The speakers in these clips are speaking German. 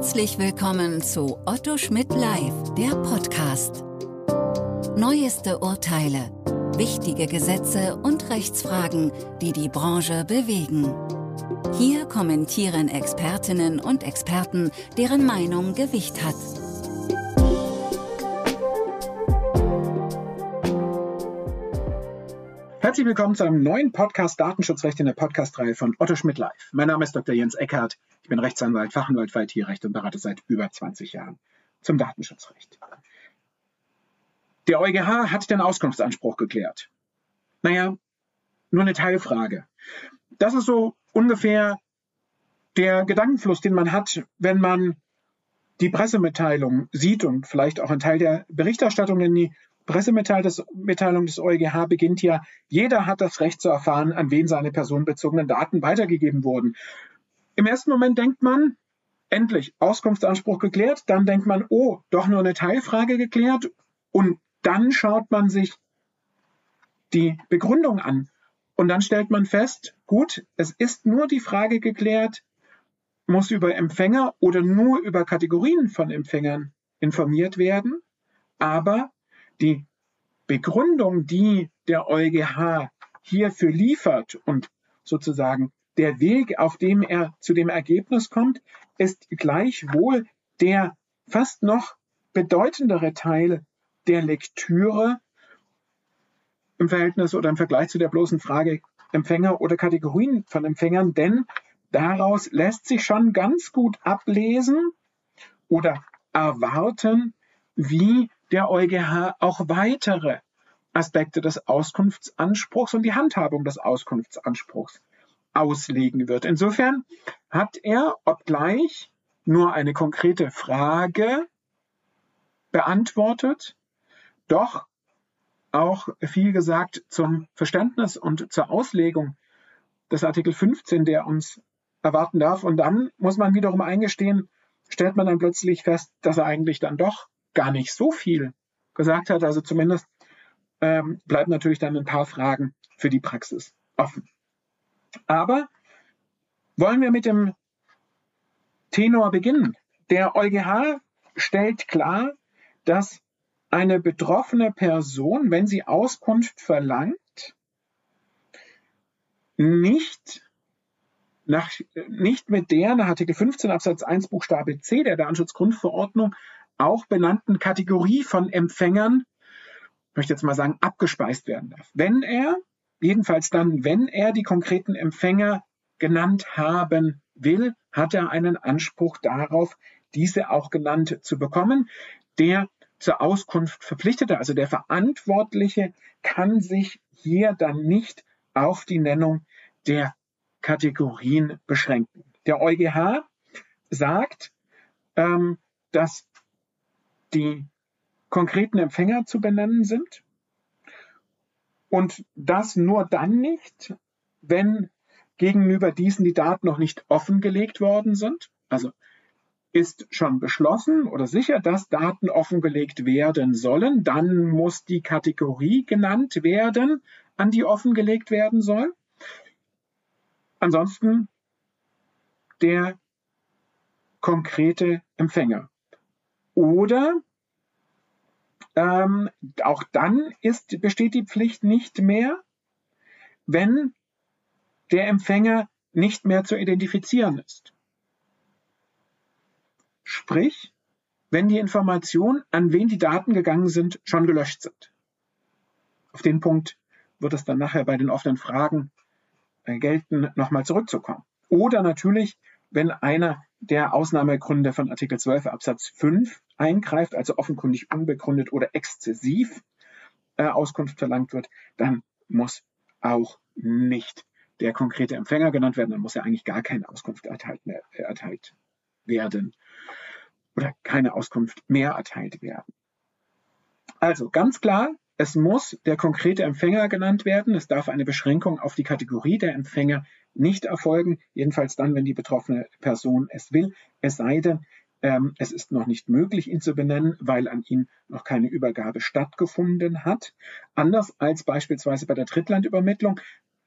Herzlich willkommen zu Otto Schmidt Live, der Podcast. Neueste Urteile, wichtige Gesetze und Rechtsfragen, die die Branche bewegen. Hier kommentieren Expertinnen und Experten, deren Meinung Gewicht hat. Herzlich willkommen zu einem neuen Podcast Datenschutzrecht in der Podcast-Reihe von Otto Schmidt Live. Mein Name ist Dr. Jens Eckhardt. Ich bin Rechtsanwalt, Fachanwalt für IT-Recht und berate seit über 20 Jahren zum Datenschutzrecht. Der EuGH hat den Auskunftsanspruch geklärt. Naja, nur eine Teilfrage. Das ist so ungefähr der Gedankenfluss, den man hat, wenn man die Pressemitteilung sieht und vielleicht auch ein Teil der Berichterstattung, denn die Pressemitteilung des EuGH beginnt ja: Jeder hat das Recht zu erfahren, an wen seine personenbezogenen Daten weitergegeben wurden. Im ersten Moment denkt man, endlich, Auskunftsanspruch geklärt. Dann denkt man, oh, doch nur eine Teilfrage geklärt. Und dann schaut man sich die Begründung an. Und dann stellt man fest, gut, es ist nur die Frage geklärt, muss über Empfänger oder nur über Kategorien von Empfängern informiert werden. Aber die Begründung, die der EuGH hierfür liefert und sozusagen der Weg, auf dem er zu dem Ergebnis kommt, ist gleichwohl der fast noch bedeutendere Teil der Lektüre im Verhältnis oder im Vergleich zu der bloßen Frage Empfänger oder Kategorien von Empfängern, denn daraus lässt sich schon ganz gut ablesen oder erwarten, wie der EuGH auch weitere Aspekte des Auskunftsanspruchs und die Handhabung des Auskunftsanspruchs auslegen wird. Insofern hat er, obgleich nur eine konkrete Frage beantwortet, doch auch viel gesagt zum Verständnis und zur Auslegung des Artikel 15, der uns erwarten darf. Und dann muss man wiederum eingestehen, stellt man dann plötzlich fest, dass er eigentlich dann doch gar nicht so viel gesagt hat. Also zumindest bleiben natürlich dann ein paar Fragen für die Praxis offen. Aber wollen wir mit dem Tenor beginnen. Der EuGH stellt klar, dass eine betroffene Person, wenn sie Auskunft verlangt, nicht mit der nach Artikel 15 Absatz 1 Buchstabe C der Datenschutzgrundverordnung auch benannten Kategorie von Empfängern, ich möchte jetzt mal sagen, abgespeist werden darf. Jedenfalls dann, wenn er die konkreten Empfänger genannt haben will, hat er einen Anspruch darauf, diese auch genannt zu bekommen. Der zur Auskunft Verpflichtete, also der Verantwortliche, kann sich hier dann nicht auf die Nennung der Kategorien beschränken. Der EuGH sagt, dass die konkreten Empfänger zu benennen sind und das nur dann nicht, wenn gegenüber diesen die Daten noch nicht offengelegt worden sind. Also ist schon beschlossen oder sicher, dass Daten offengelegt werden sollen, dann muss die Kategorie genannt werden, an die offengelegt werden soll. Ansonsten der konkrete Empfänger. Oder auch dann besteht die Pflicht nicht mehr, wenn der Empfänger nicht mehr zu identifizieren ist. Sprich, wenn die Informationen, an wen die Daten gegangen sind, schon gelöscht sind. Auf den Punkt wird es dann nachher bei den offenen Fragen gelten, nochmal zurückzukommen. Oder natürlich, wenn einer der Ausnahmegründe von Artikel 12 Absatz 5 eingreift, also offenkundig unbegründet oder exzessiv Auskunft verlangt wird, dann muss auch nicht der konkrete Empfänger genannt werden, dann muss ja eigentlich gar keine Auskunft erteilt werden oder keine Auskunft mehr erteilt werden. Also ganz klar, es muss der konkrete Empfänger genannt werden. Es darf eine Beschränkung auf die Kategorie der Empfänger nicht erfolgen, jedenfalls dann, wenn die betroffene Person es will, es sei denn, es ist noch nicht möglich, ihn zu benennen, weil an ihm noch keine Übergabe stattgefunden hat. Anders als beispielsweise bei der Drittlandübermittlung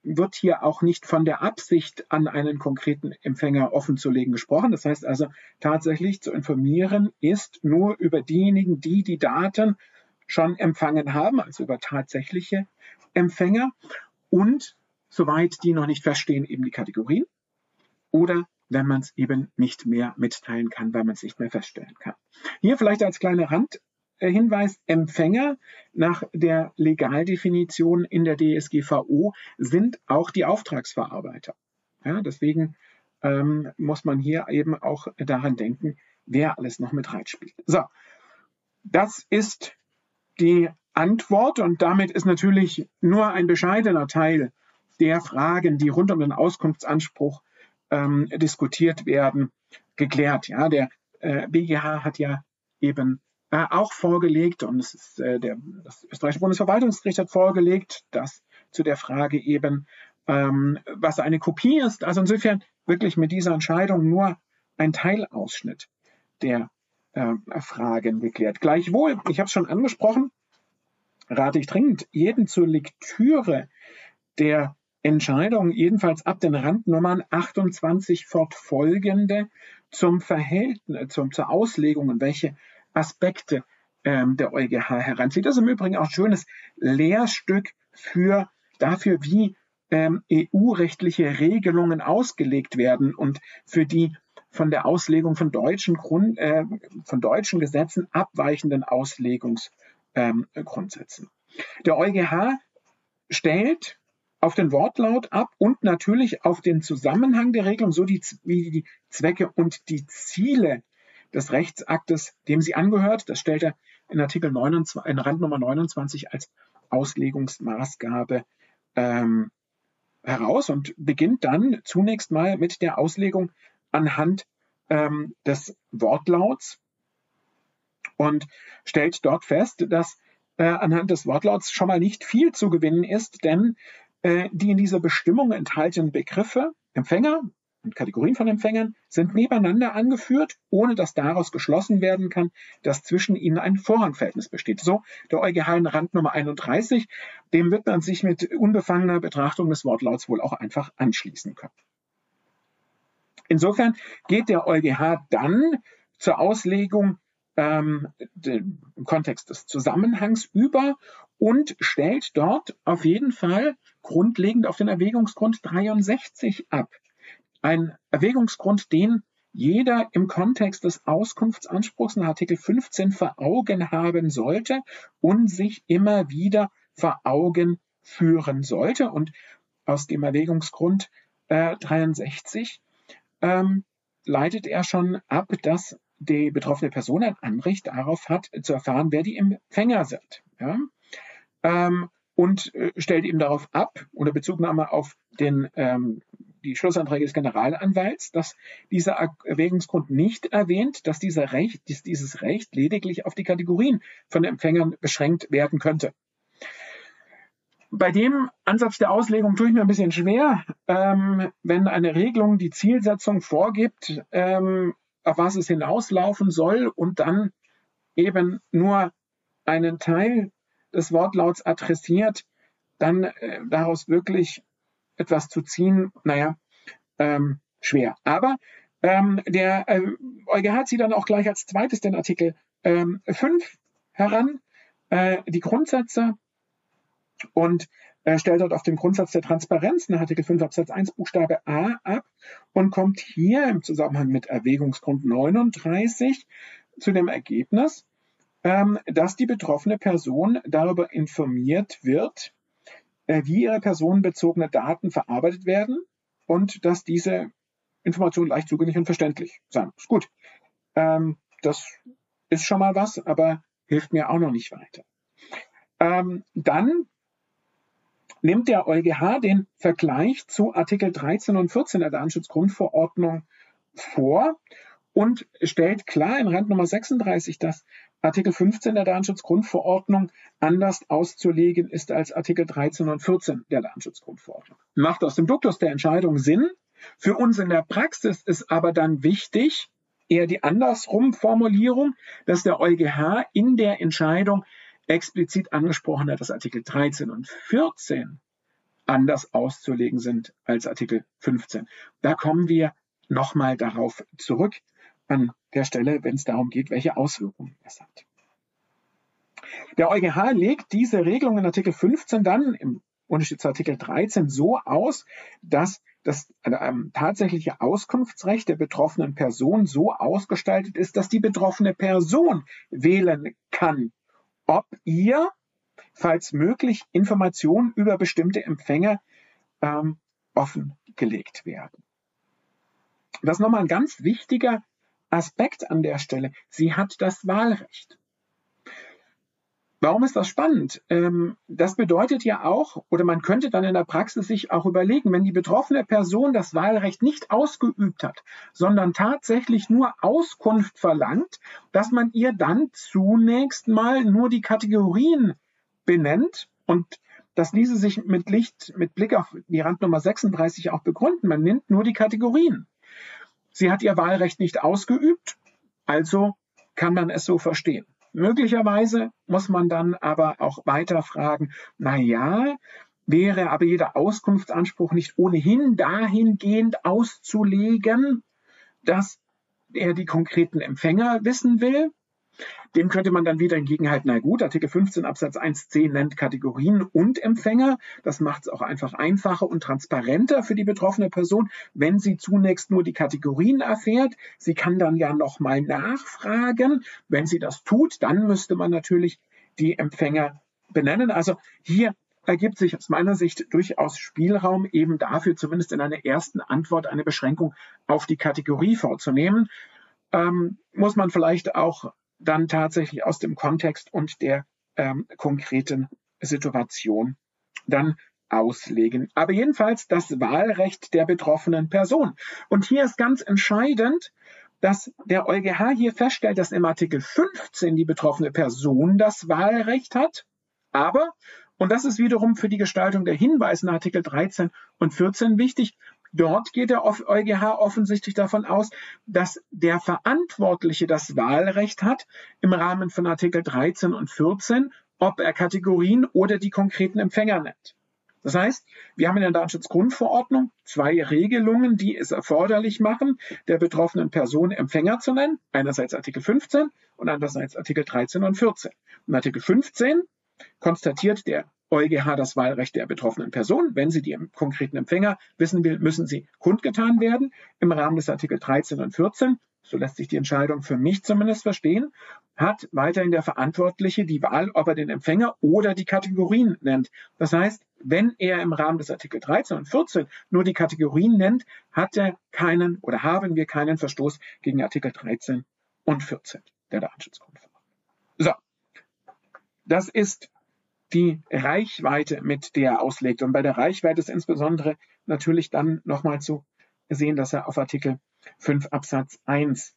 wird hier auch nicht von der Absicht, an einen konkreten Empfänger offenzulegen gesprochen. Das heißt also, tatsächlich zu informieren ist nur über diejenigen, die die Daten schon empfangen haben, also über tatsächliche Empfänger und soweit die noch nicht feststehen, eben die Kategorien oder wenn man es eben nicht mehr mitteilen kann, weil man es nicht mehr feststellen kann. Hier vielleicht als kleiner Randhinweis, Empfänger nach der Legaldefinition in der DSGVO sind auch die Auftragsverarbeiter. Ja, deswegen muss man hier eben auch daran denken, wer alles noch mit reinspielt. So, das ist die Antwort und damit ist natürlich nur ein bescheidener Teil der Fragen, die rund um den Auskunftsanspruch diskutiert werden, geklärt. Ja, der BGH hat ja eben auch vorgelegt und das österreichische Bundesverwaltungsgericht hat vorgelegt, dass zu der Frage eben, was eine Kopie ist. Also insofern wirklich mit dieser Entscheidung nur ein Teilausschnitt der Fragen geklärt. Gleichwohl, ich habe es schon angesprochen, rate ich dringend jeden zur Lektüre der Entscheidung, jedenfalls ab den Randnummern 28 fortfolgende zur Auslegung und welche Aspekte der EuGH heranzieht. Das ist im Übrigen auch ein schönes Lehrstück dafür, wie EU-rechtliche Regelungen ausgelegt werden und für die von der Auslegung von deutschen Gesetzen abweichenden Auslegungsgrundsätzen. Der EuGH stellt auf den Wortlaut ab und natürlich auf den Zusammenhang der Regelung, so wie die Zwecke und die Ziele des Rechtsaktes, dem sie angehört. Das stellt er in Artikel 29, in Randnummer 29 als Auslegungsmaßgabe heraus und beginnt dann zunächst mal mit der Auslegung anhand des Wortlauts und stellt dort fest, dass anhand des Wortlauts schon mal nicht viel zu gewinnen ist, denn die in dieser Bestimmung enthaltenen Begriffe, Empfänger und Kategorien von Empfängern, sind nebeneinander angeführt, ohne dass daraus geschlossen werden kann, dass zwischen ihnen ein Vorrangverhältnis besteht. So der EuGH in Randnummer 31, dem wird man sich mit unbefangener Betrachtung des Wortlauts wohl auch einfach anschließen können. Insofern geht der EuGH dann zur Auslegung im Kontext des Zusammenhangs über und stellt dort auf jeden Fall grundlegend auf den Erwägungsgrund 63 ab. Ein Erwägungsgrund, den jeder im Kontext des Auskunftsanspruchs nach Artikel 15 vor Augen haben sollte und sich immer wieder vor Augen führen sollte. Und aus dem Erwägungsgrund 63 leitet er schon ab, dass die betroffene Person ein Anrecht darauf hat, zu erfahren, wer die Empfänger sind. Ja? Und stellt eben darauf ab, unter Bezugnahme auf die Schlussanträge des Generalanwalts, dass dieser Erwägungsgrund nicht erwähnt, dass dieses Recht lediglich auf die Kategorien von Empfängern beschränkt werden könnte. Bei dem Ansatz der Auslegung tue ich mir ein bisschen schwer, wenn eine Regelung die Zielsetzung vorgibt, auf was es hinauslaufen soll und dann eben nur einen Teil des Wortlauts adressiert, dann daraus wirklich etwas zu ziehen, schwer. Aber der EuGH zieht dann auch gleich als zweites den Artikel 5 heran, die Grundsätze, und stellt dort auf den Grundsatz der Transparenz nach Artikel 5 Absatz 1 Buchstabe a ab und kommt hier im Zusammenhang mit Erwägungsgrund 39 zu dem Ergebnis, dass die betroffene Person darüber informiert wird, wie ihre personenbezogene Daten verarbeitet werden und dass diese Informationen leicht zugänglich und verständlich sein. Ist gut. Das ist schon mal was, aber hilft mir auch noch nicht weiter. Dann nimmt der EuGH den Vergleich zu Artikel 13 und 14 der Datenschutzgrundverordnung vor und stellt klar in Randnummer 36, dass Artikel 15 der Datenschutzgrundverordnung anders auszulegen ist als Artikel 13 und 14 der Datenschutzgrundverordnung. Macht aus dem Duktus der Entscheidung Sinn. Für uns in der Praxis ist aber dann wichtig, eher die andersrum Formulierung, dass der EuGH in der Entscheidung explizit angesprochen hat, dass Artikel 13 und 14 anders auszulegen sind als Artikel 15. Da kommen wir nochmal darauf zurück an der Stelle, wenn es darum geht, welche Auswirkungen es hat. Der EuGH legt diese Regelung in Artikel 15 dann im Unterschied zu Artikel 13 so aus, dass das tatsächliche Auskunftsrecht der betroffenen Person so ausgestaltet ist, dass die betroffene Person wählen kann, ob ihr, falls möglich, Informationen über bestimmte Empfänger offengelegt werden. Das ist nochmal ein ganz wichtiger Aspekt an der Stelle. Sie hat das Wahlrecht. Warum ist das spannend? Das bedeutet ja auch, oder man könnte dann in der Praxis sich auch überlegen, wenn die betroffene Person das Wahlrecht nicht ausgeübt hat, sondern tatsächlich nur Auskunft verlangt, dass man ihr dann zunächst mal nur die Kategorien benennt, und das ließe sich mit Blick auf die Randnummer 36 auch begründen. Man nennt nur die Kategorien. Sie hat ihr Wahlrecht nicht ausgeübt, also kann man es so verstehen. Möglicherweise muss man dann aber auch weiter fragen, wäre aber jeder Auskunftsanspruch nicht ohnehin dahingehend auszulegen, dass er die konkreten Empfänger wissen will? Dem könnte man dann wieder entgegenhalten, Artikel 15 Absatz 1c nennt Kategorien und Empfänger. Das macht es auch einfach einfacher und transparenter für die betroffene Person, wenn sie zunächst nur die Kategorien erfährt. Sie kann dann ja nochmal nachfragen. Wenn sie das tut, dann müsste man natürlich die Empfänger benennen. Also hier ergibt sich aus meiner Sicht durchaus Spielraum, eben dafür zumindest in einer ersten Antwort eine Beschränkung auf die Kategorie vorzunehmen. Muss man vielleicht auch dann tatsächlich aus dem Kontext und der konkreten Situation dann auslegen. Aber jedenfalls das Wahlrecht der betroffenen Person. Und hier ist ganz entscheidend, dass der EuGH hier feststellt, dass im Artikel 15 die betroffene Person das Wahlrecht hat, aber, und das ist wiederum für die Gestaltung der Hinweise in Artikel 13 und 14 wichtig, dort geht der EuGH offensichtlich davon aus, dass der Verantwortliche das Wahlrecht hat, im Rahmen von Artikel 13 und 14, ob er Kategorien oder die konkreten Empfänger nennt. Das heißt, wir haben in der Datenschutzgrundverordnung 2 Regelungen, die es erforderlich machen, der betroffenen Person Empfänger zu nennen. Einerseits Artikel 15 und andererseits Artikel 13 und 14. In Artikel 15 konstatiert der EuGH das Wahlrecht der betroffenen Person. Wenn sie die konkreten Empfänger wissen will, müssen sie kundgetan werden. Im Rahmen des Artikel 13 und 14, so lässt sich die Entscheidung für mich zumindest verstehen, hat weiterhin der Verantwortliche die Wahl, ob er den Empfänger oder die Kategorien nennt. Das heißt, wenn er im Rahmen des Artikel 13 und 14 nur die Kategorien nennt, hat er keinen oder haben wir keinen Verstoß gegen Artikel 13 und 14 der Datenschutzgrundverordnung. So, das ist die Reichweite, mit der er auslegt. Und bei der Reichweite ist insbesondere natürlich dann nochmal zu sehen, dass er auf Artikel 5 Absatz 1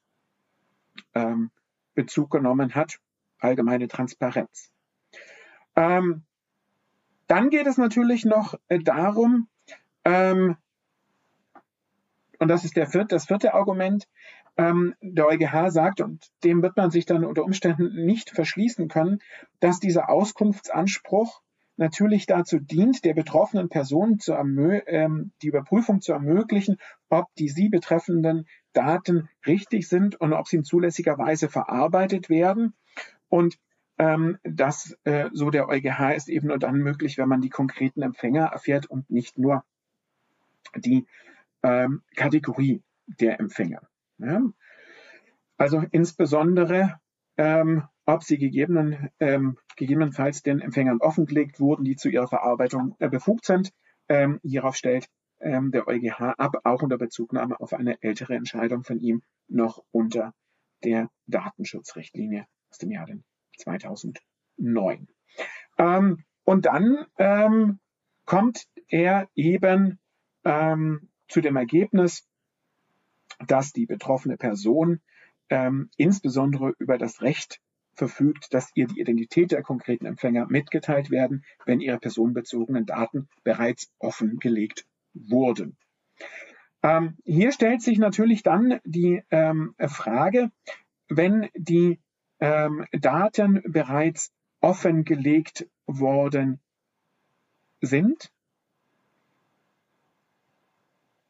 Bezug genommen hat, allgemeine Transparenz. Dann geht es natürlich noch darum, und das ist das vierte Argument, der EuGH sagt, und dem wird man sich dann unter Umständen nicht verschließen können, dass dieser Auskunftsanspruch natürlich dazu dient, der betroffenen Person die Überprüfung zu ermöglichen, ob die sie betreffenden Daten richtig sind und ob sie in zulässiger Weise verarbeitet werden. Und das, so der EuGH, ist eben nur dann möglich, wenn man die konkreten Empfänger erfährt und nicht nur die Kategorie der Empfänger. Ja? Also insbesondere, ob sie gegebenenfalls den Empfängern offengelegt wurden, die zu ihrer Verarbeitung befugt sind. Hierauf stellt der EuGH ab, auch unter Bezugnahme auf eine ältere Entscheidung von ihm, noch unter der Datenschutzrichtlinie aus dem Jahr 2009. Und dann kommt er eben zu dem Ergebnis, dass die betroffene Person insbesondere über das Recht verfügt, dass ihr die Identität der konkreten Empfänger mitgeteilt werden, wenn ihre personenbezogenen Daten bereits offengelegt wurden. Hier stellt sich natürlich dann die Frage, wenn die Daten bereits offengelegt worden sind,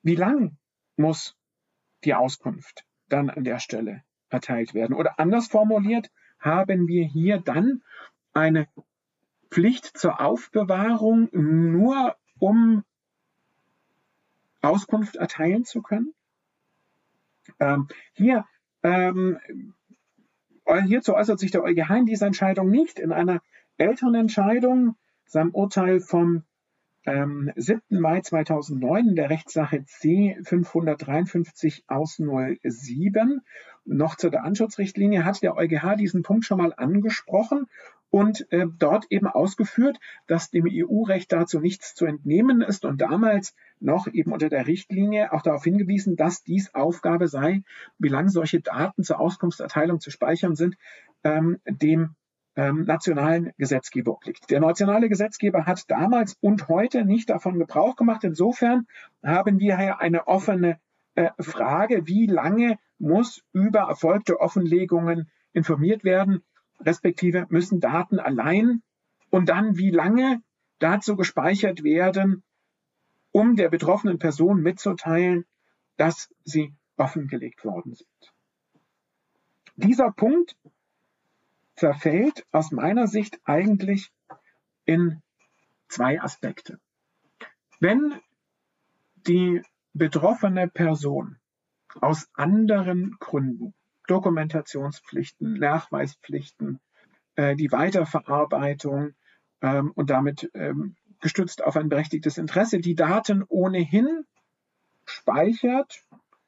wie lang muss die Auskunft dann an der Stelle erteilt werden? Oder anders formuliert, haben wir hier dann eine Pflicht zur Aufbewahrung, nur um Auskunft erteilen zu können? Hierzu äußert sich der EuGH in dieser Entscheidung nicht. In einer älteren Entscheidung, seinem Urteil vom 7. Mai 2009 in der Rechtssache C 553 aus 07, noch zur Datenschutzrichtlinie, hat der EuGH diesen Punkt schon mal angesprochen und dort eben ausgeführt, dass dem EU-Recht dazu nichts zu entnehmen ist und damals noch eben unter der Richtlinie auch darauf hingewiesen, dass dies Aufgabe sei, wie lange solche Daten zur Auskunftserteilung zu speichern sind, dem nationalen Gesetzgeber obliegt. Der nationale Gesetzgeber hat damals und heute nicht davon Gebrauch gemacht. Insofern haben wir hier eine offene Frage, wie lange muss über erfolgte Offenlegungen informiert werden, respektive müssen Daten allein und dann wie lange dazu gespeichert werden, um der betroffenen Person mitzuteilen, dass sie offengelegt worden sind. Dieser Punkt zerfällt aus meiner Sicht eigentlich in zwei Aspekte. Wenn die betroffene Person aus anderen Gründen, Dokumentationspflichten, Nachweispflichten, die Weiterverarbeitung und damit gestützt auf ein berechtigtes Interesse, die Daten ohnehin speichert,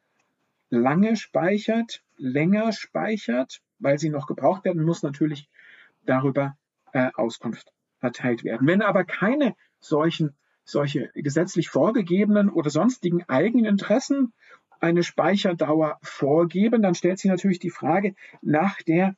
lange speichert, länger speichert, weil sie noch gebraucht werden muss, natürlich darüber Auskunft erteilt werden. Wenn aber keine solche gesetzlich vorgegebenen oder sonstigen Eigeninteressen eine Speicherdauer vorgeben, dann stellt sich natürlich die Frage nach der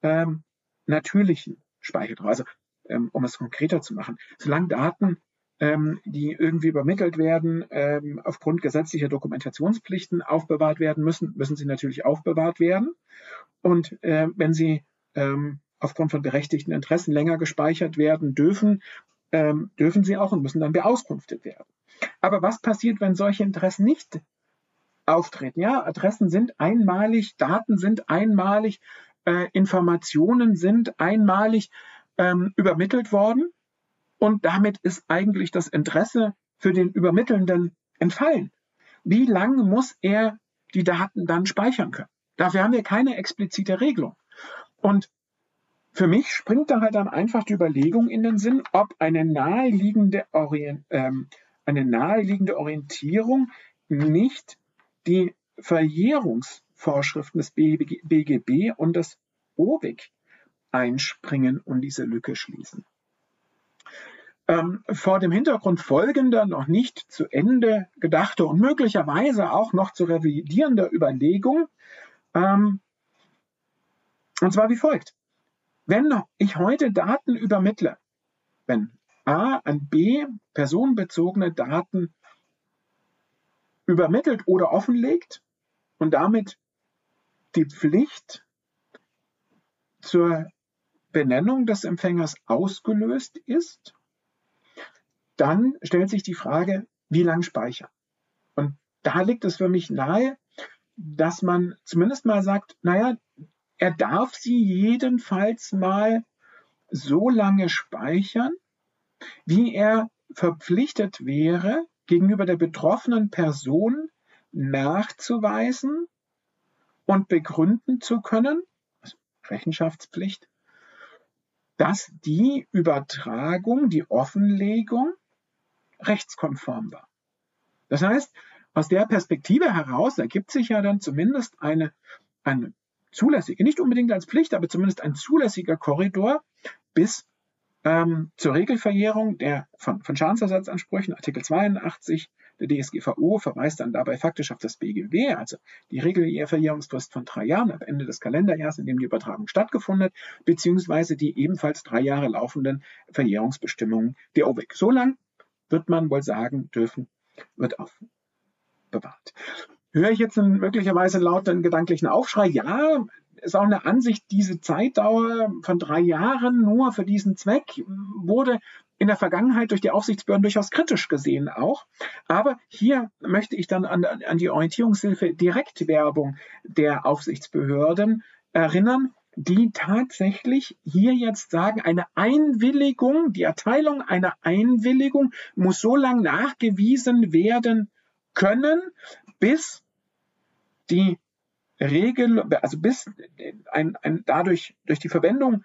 natürlichen Speicherdauer. Also um es konkreter zu machen, solange Daten, die irgendwie übermittelt werden, aufgrund gesetzlicher Dokumentationspflichten aufbewahrt werden müssen, müssen sie natürlich aufbewahrt werden. Und wenn sie aufgrund von berechtigten Interessen länger gespeichert werden dürfen, dürfen sie auch und müssen dann beauskunftet werden. Aber was passiert, wenn solche Interessen nicht auftreten? Ja, Adressen sind einmalig, Daten sind einmalig, Informationen sind einmalig übermittelt worden. Und damit ist eigentlich das Interesse für den Übermittelnden entfallen. Wie lange muss er die Daten dann speichern können? Dafür haben wir keine explizite Regelung. Und für mich springt da halt dann einfach die Überlegung in den Sinn, ob eine naheliegende Orientierung nicht die Verjährungsvorschriften des BGB und des OWIG einspringen und diese Lücke schließen. Vor dem Hintergrund folgender, noch nicht zu Ende gedachte und möglicherweise auch noch zu revidierender Überlegung, und zwar wie folgt. Wenn ich heute Daten übermittle, wenn A an B personenbezogene Daten übermittelt oder offenlegt und damit die Pflicht zur Benennung des Empfängers ausgelöst ist, dann stellt sich die Frage, wie lang speichern? Und da liegt es für mich nahe, dass man zumindest mal sagt, naja, er darf sie jedenfalls mal so lange speichern, wie er verpflichtet wäre, gegenüber der betroffenen Person nachzuweisen und begründen zu können, also Rechenschaftspflicht, dass die Übertragung, die Offenlegung rechtskonform war. Das heißt, aus der Perspektive heraus ergibt sich ja dann zumindest eine zulässige, nicht unbedingt als Pflicht, aber zumindest ein zulässiger Korridor bis zur Regelverjährung von Schadensersatzansprüchen. Artikel 82 der DSGVO verweist dann dabei faktisch auf das BGB, also die Regelverjährungsfrist von 3 Jahren ab Ende des Kalenderjahres, in dem die Übertragung stattgefunden hat, beziehungsweise die ebenfalls 3 Jahre laufenden Verjährungsbestimmungen der OWIG. So lang wird man wohl sagen dürfen, wird aufbewahrt. Höre ich jetzt möglicherweise laut den gedanklichen Aufschrei? Ja, ist auch eine Ansicht, diese Zeitdauer von 3 Jahren nur für diesen Zweck wurde in der Vergangenheit durch die Aufsichtsbehörden durchaus kritisch gesehen auch. Aber hier möchte ich dann an die Orientierungshilfe Direktwerbung der Aufsichtsbehörden erinnern, die tatsächlich hier jetzt sagen, eine Einwilligung, die Erteilung einer Einwilligung muss so lange nachgewiesen werden können, bis die Regel, also bis dadurch durch die Verwendung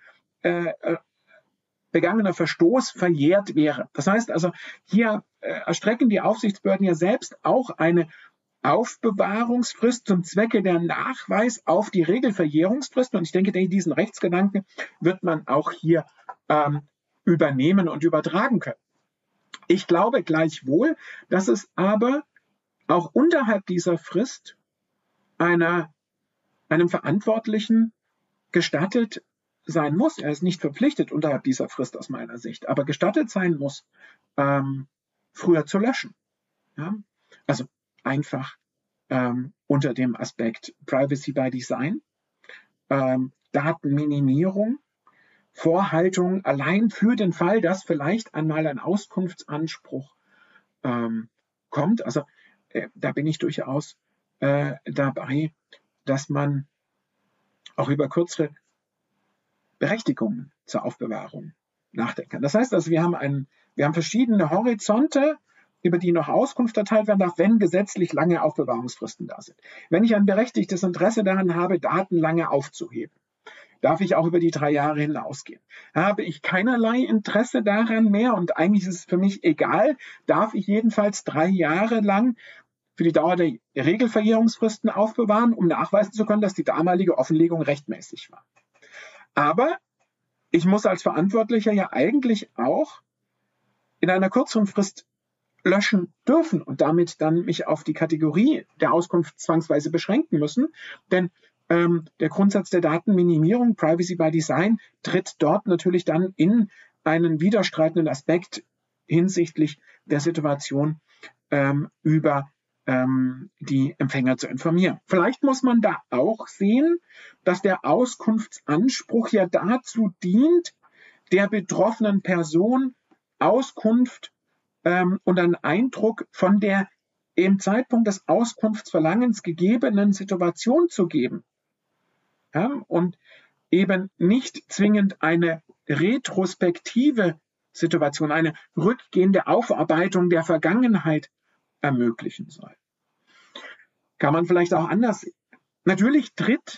begangener Verstoß verjährt wäre. Das heißt also, hier erstrecken die Aufsichtsbehörden ja selbst auch eine Aufbewahrungsfrist zum Zwecke der Nachweis auf die Regelverjährungsfristen. Und ich denke, diesen Rechtsgedanken wird man auch hier übernehmen und übertragen können. Ich glaube gleichwohl, dass es aber auch unterhalb dieser Frist einem Verantwortlichen gestattet sein muss, er ist nicht verpflichtet unterhalb dieser Frist aus meiner Sicht, aber gestattet sein muss, früher zu löschen. Ja? Also einfach unter dem Aspekt Privacy by Design, Datenminimierung, Vorhaltung allein für den Fall, dass vielleicht einmal ein Auskunftsanspruch kommt. Also da bin ich durchaus dabei, dass man auch über kürzere Berechtigungen zur Aufbewahrung nachdenken kann. Das heißt also, wir haben verschiedene Horizonte, über die noch Auskunft erteilt werden darf, wenn gesetzlich lange Aufbewahrungsfristen da sind. Wenn ich ein berechtigtes Interesse daran habe, Daten lange aufzuheben, darf ich auch über die 3 Jahre hinausgehen. Habe ich keinerlei Interesse daran mehr und eigentlich ist es für mich egal, darf ich jedenfalls 3 Jahre lang für die Dauer der Regelverjährungsfristen aufbewahren, um nachweisen zu können, dass die damalige Offenlegung rechtmäßig war. Aber ich muss als Verantwortlicher ja eigentlich auch in einer kürzeren Frist löschen dürfen und damit dann mich auf die Kategorie der Auskunft zwangsweise beschränken müssen. Denn der Grundsatz der Datenminimierung, Privacy by Design, tritt dort natürlich dann in einen widerstreitenden Aspekt hinsichtlich der Situation über die Empfänger zu informieren. Vielleicht muss man da auch sehen, dass der Auskunftsanspruch ja dazu dient, der betroffenen Person Auskunft und einen Eindruck von der im Zeitpunkt des Auskunftsverlangens gegebenen Situation zu geben. Ja, und eben nicht zwingend eine retrospektive Situation, eine rückgehende Aufarbeitung der Vergangenheit ermöglichen soll. Kann man vielleicht auch anders sehen. Natürlich tritt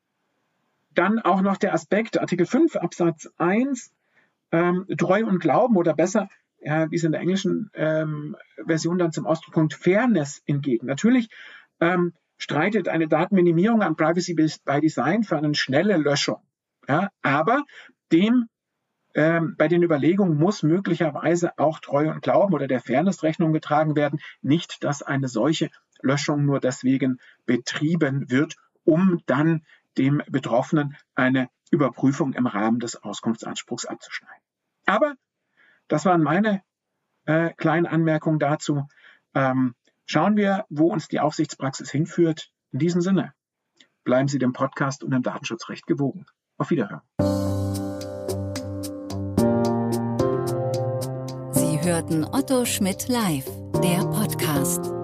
dann auch noch der Aspekt Artikel 5 Absatz 1 Treu und Glauben oder besser, wie es in der englischen Version dann zum Ausdruck kommt, Fairness entgegen. Natürlich streitet eine Datenminimierung an Privacy by Design für eine schnelle Löschung. Ja, aber bei den Überlegungen muss möglicherweise auch Treu und Glauben oder der Fairness Rechnung getragen werden. Nicht, dass eine solche Löschung nur deswegen betrieben wird, um dann dem Betroffenen eine Überprüfung im Rahmen des Auskunftsanspruchs abzuschneiden. Aber das waren meine kleinen Anmerkungen dazu. Schauen wir, wo uns die Aufsichtspraxis hinführt. In diesem Sinne, bleiben Sie dem Podcast und dem Datenschutzrecht gewogen. Auf Wiederhören. Sie hörten Otto Schmidt live, der Podcast.